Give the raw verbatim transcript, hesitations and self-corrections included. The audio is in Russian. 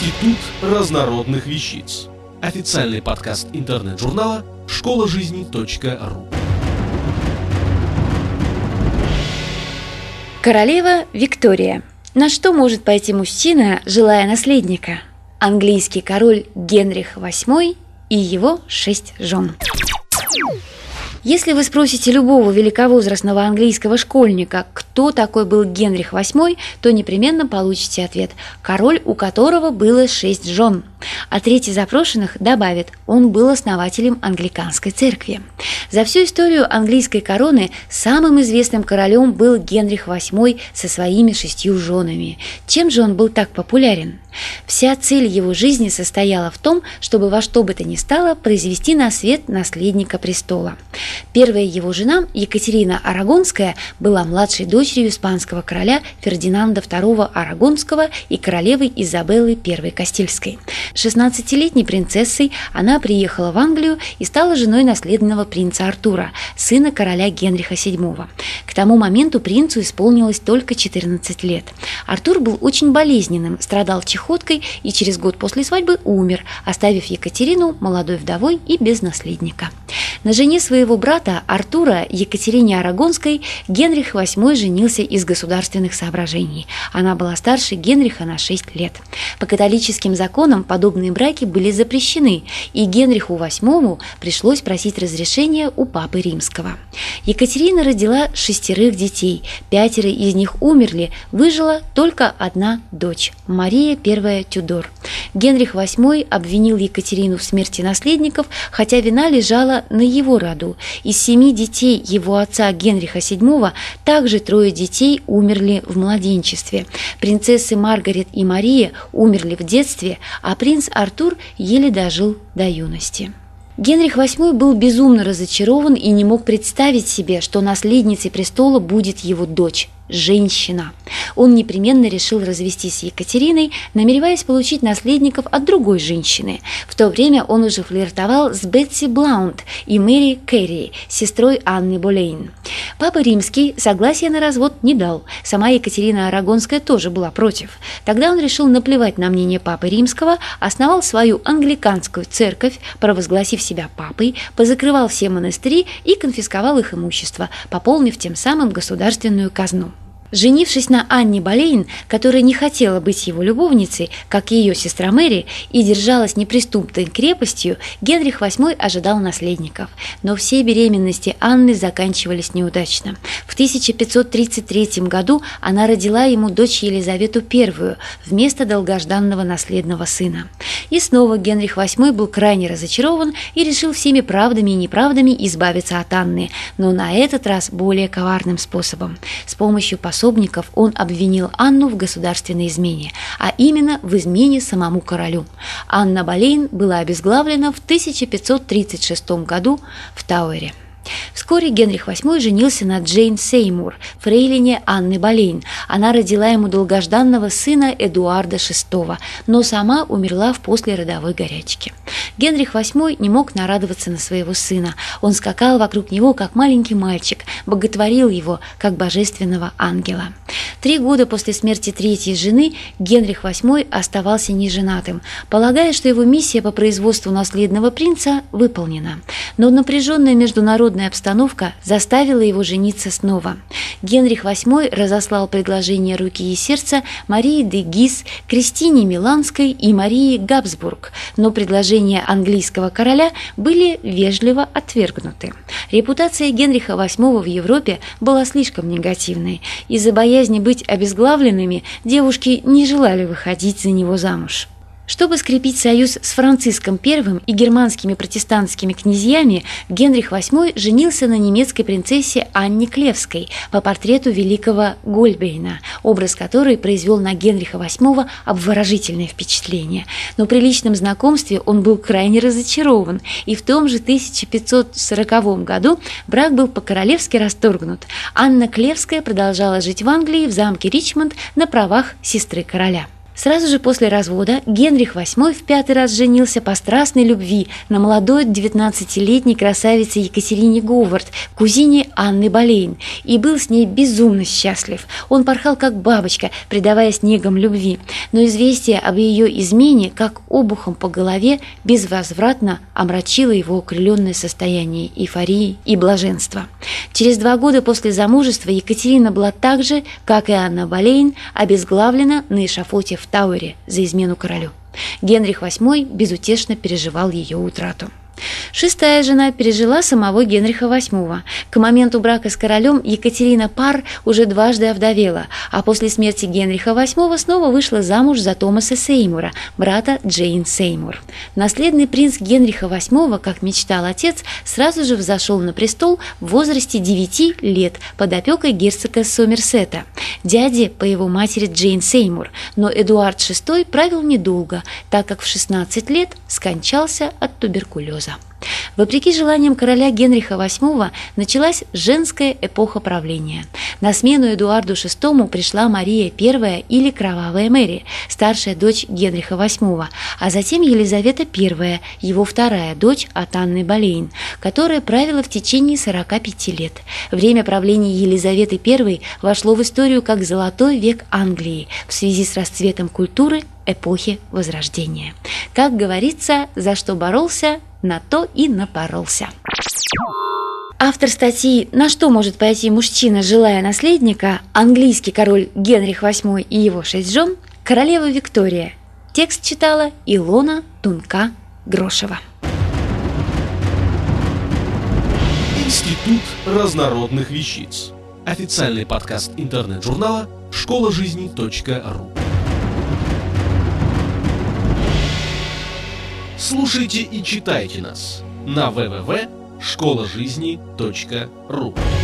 Институт разнородных вещиц. Официальный подкаст интернет-журнала школа жизни точка ру. Королева Виктория. На что может пойти мужчина, желая наследника? Английский король Генрих восьмой и его шесть жен. Если вы спросите любого великовозрастного английского школьника, кто такой был Генрих восьмой, то непременно получите ответ – король, у которого было шесть жен. А третий запрошенных добавит – он был основателем англиканской церкви. За всю историю английской короны самым известным королем был Генрих восьмой со своими шестью женами. Чем же он был так популярен? Вся цель его жизни состояла в том, чтобы во что бы то ни стало произвести на свет наследника престола. Первая его жена, Екатерина Арагонская, была младшей дочерью испанского короля Фердинанда второго Арагонского и королевы Изабеллы первой Кастильской. шестнадцатилетней принцессой она приехала в Англию и стала женой наследного принца Артура, сына короля Генриха седьмого. К тому моменту принцу исполнилось только четырнадцать лет. Артур был очень болезненным, страдал чехоткой и через год после свадьбы умер, оставив Екатерину молодой вдовой и без наследника. На жене своего брата Артура, Екатерине Арагонской, Генрих восьмой женился из государственных соображений. Она была старше Генриха на шесть лет. По католическим законам подобные браки были запрещены, и Генриху восьмому пришлось просить разрешения у папы римского. Екатерина родила шестерых детей, пятеро из них умерли, выжила только одна дочь – Мария первая Тюдор. Генрих восьмой обвинил Екатерину в смерти наследников, хотя вина лежала на его роду. Из семи детей его отца Генриха седьмого также трое детей умерли в младенчестве. Принцессы Маргарет и Мария умерли в детстве, а принц Артур еле дожил до юности. Генрих восьмой был безумно разочарован и не мог представить себе, что наследницей престола будет его дочь – женщина. Он непременно решил развестись с Екатериной, намереваясь получить наследников от другой женщины. В то время он уже флиртовал с Бетси Блаунд и Мэри Керри, сестрой Анны Болейн. Папа Римский согласия на развод не дал. Сама Екатерина Арагонская тоже была против. Тогда он решил наплевать на мнение папы Римского, основал свою англиканскую церковь, провозгласив себя папой, позакрывал все монастыри и конфисковал их имущество, пополнив тем самым государственную казну. Женившись на Анне Болейн, которая не хотела быть его любовницей, как и ее сестра Мэри, и держалась неприступной крепостью, Генрих восьмой ожидал наследников. Но все беременности Анны заканчивались неудачно. В тысяча пятьсот тридцать третьем году она родила ему дочь Елизавету первую вместо долгожданного наследного сына. И снова Генрих восьмой был крайне разочарован и решил всеми правдами и неправдами избавиться от Анны, но на этот раз более коварным способом. С помощью пособников он обвинил Анну в государственной измене, а именно в измене самому королю. Анна Болейн была обезглавлена в тысяча пятьсот тридцать шестом году в Тауэре. Вскоре Генрих восьмой женился на Джейн Сеймур, фрейлине Анны Болейн. Она родила ему долгожданного сына Эдуарда шестого, но сама умерла в послеродовой горячке. Генрих восьмой не мог нарадоваться на своего сына. Он скакал вокруг него, как маленький мальчик, боготворил его, как божественного ангела. Три года после смерти третьей жены Генрих восьмой оставался неженатым, полагая, что его миссия по производству наследного принца выполнена. Но напряженная международная обстановка заставила его жениться снова. Генрих восьмой разослал предложение руки и сердца Марии де Гиз, Кристине Миланской и Марии Габсбург, но предложения английского короля были вежливо отвергнуты. Репутация Генриха восьмого в Европе была слишком негативной. Из-за боязни быть обезглавленными девушки не желали выходить за него замуж. Чтобы скрепить союз с Франциском первым и германскими протестантскими князьями, Генрих восьмой женился на немецкой принцессе Анне Клевской по портрету великого Гольбейна, образ которой произвел на Генриха восьмого обворожительное впечатление. Но при личном знакомстве он был крайне разочарован, и в том же тысяча пятьсот сороковом году брак был по-королевски расторгнут. Анна Клевская продолжала жить в Англии в замке Ричмонд на правах сестры короля. Сразу же после развода Генрих восьмой в пятый раз женился по страстной любви на молодой девятнадцатилетней красавице Екатерине Говард, кузине Анны Болейн, и был с ней безумно счастлив. Он порхал как бабочка, предаваясь негам любви, но известие об ее измене, как обухом по голове, безвозвратно омрачило его окрыленное состояние эйфории и блаженства. Через два года после замужества Екатерина была так же, как и Анна Болейн, обезглавлена на эшафоте в Тауэре за измену королю. Генрих восьмой безутешно переживал ее утрату. Шестая жена пережила самого Генриха восьмого. К моменту брака с королем Екатерина Парр уже дважды овдовела, а после смерти Генриха восьмого снова вышла замуж за Томаса Сеймура, брата Джейн Сеймур. Наследный принц Генриха восьмого, как мечтал отец, сразу же взошел на престол в возрасте девяти лет под опекой герцога Сомерсета, дяди по его матери Джейн Сеймур, но Эдуард шестой правил недолго, так как в шестнадцать лет скончался от туберкулеза. Вопреки желаниям короля Генриха восьмого началась женская эпоха правления. На смену Эдуарду шестому пришла Мария первая или Кровавая Мэри, старшая дочь Генриха восьмого, а затем Елизавета первая, его вторая дочь от Анны Болейн, которая правила в течение сорока пяти лет. Время правления Елизаветы первой вошло в историю как золотой век Англии в связи с расцветом культуры эпохи Возрождения. Как говорится, за что боролся, на то и напоролся. Автор статьи «На что может пойти мужчина, желая наследника», английский король Генрих восьмой и его шесть жен, королева Виктория. Текст читала Илона Тунка-Грошева. Институт разнородных вещиц. Официальный подкаст интернет-журнала школа жизни точка ру. Слушайте и читайте нас на дабл ю дабл ю дабл ю точка школа жизни точка ру.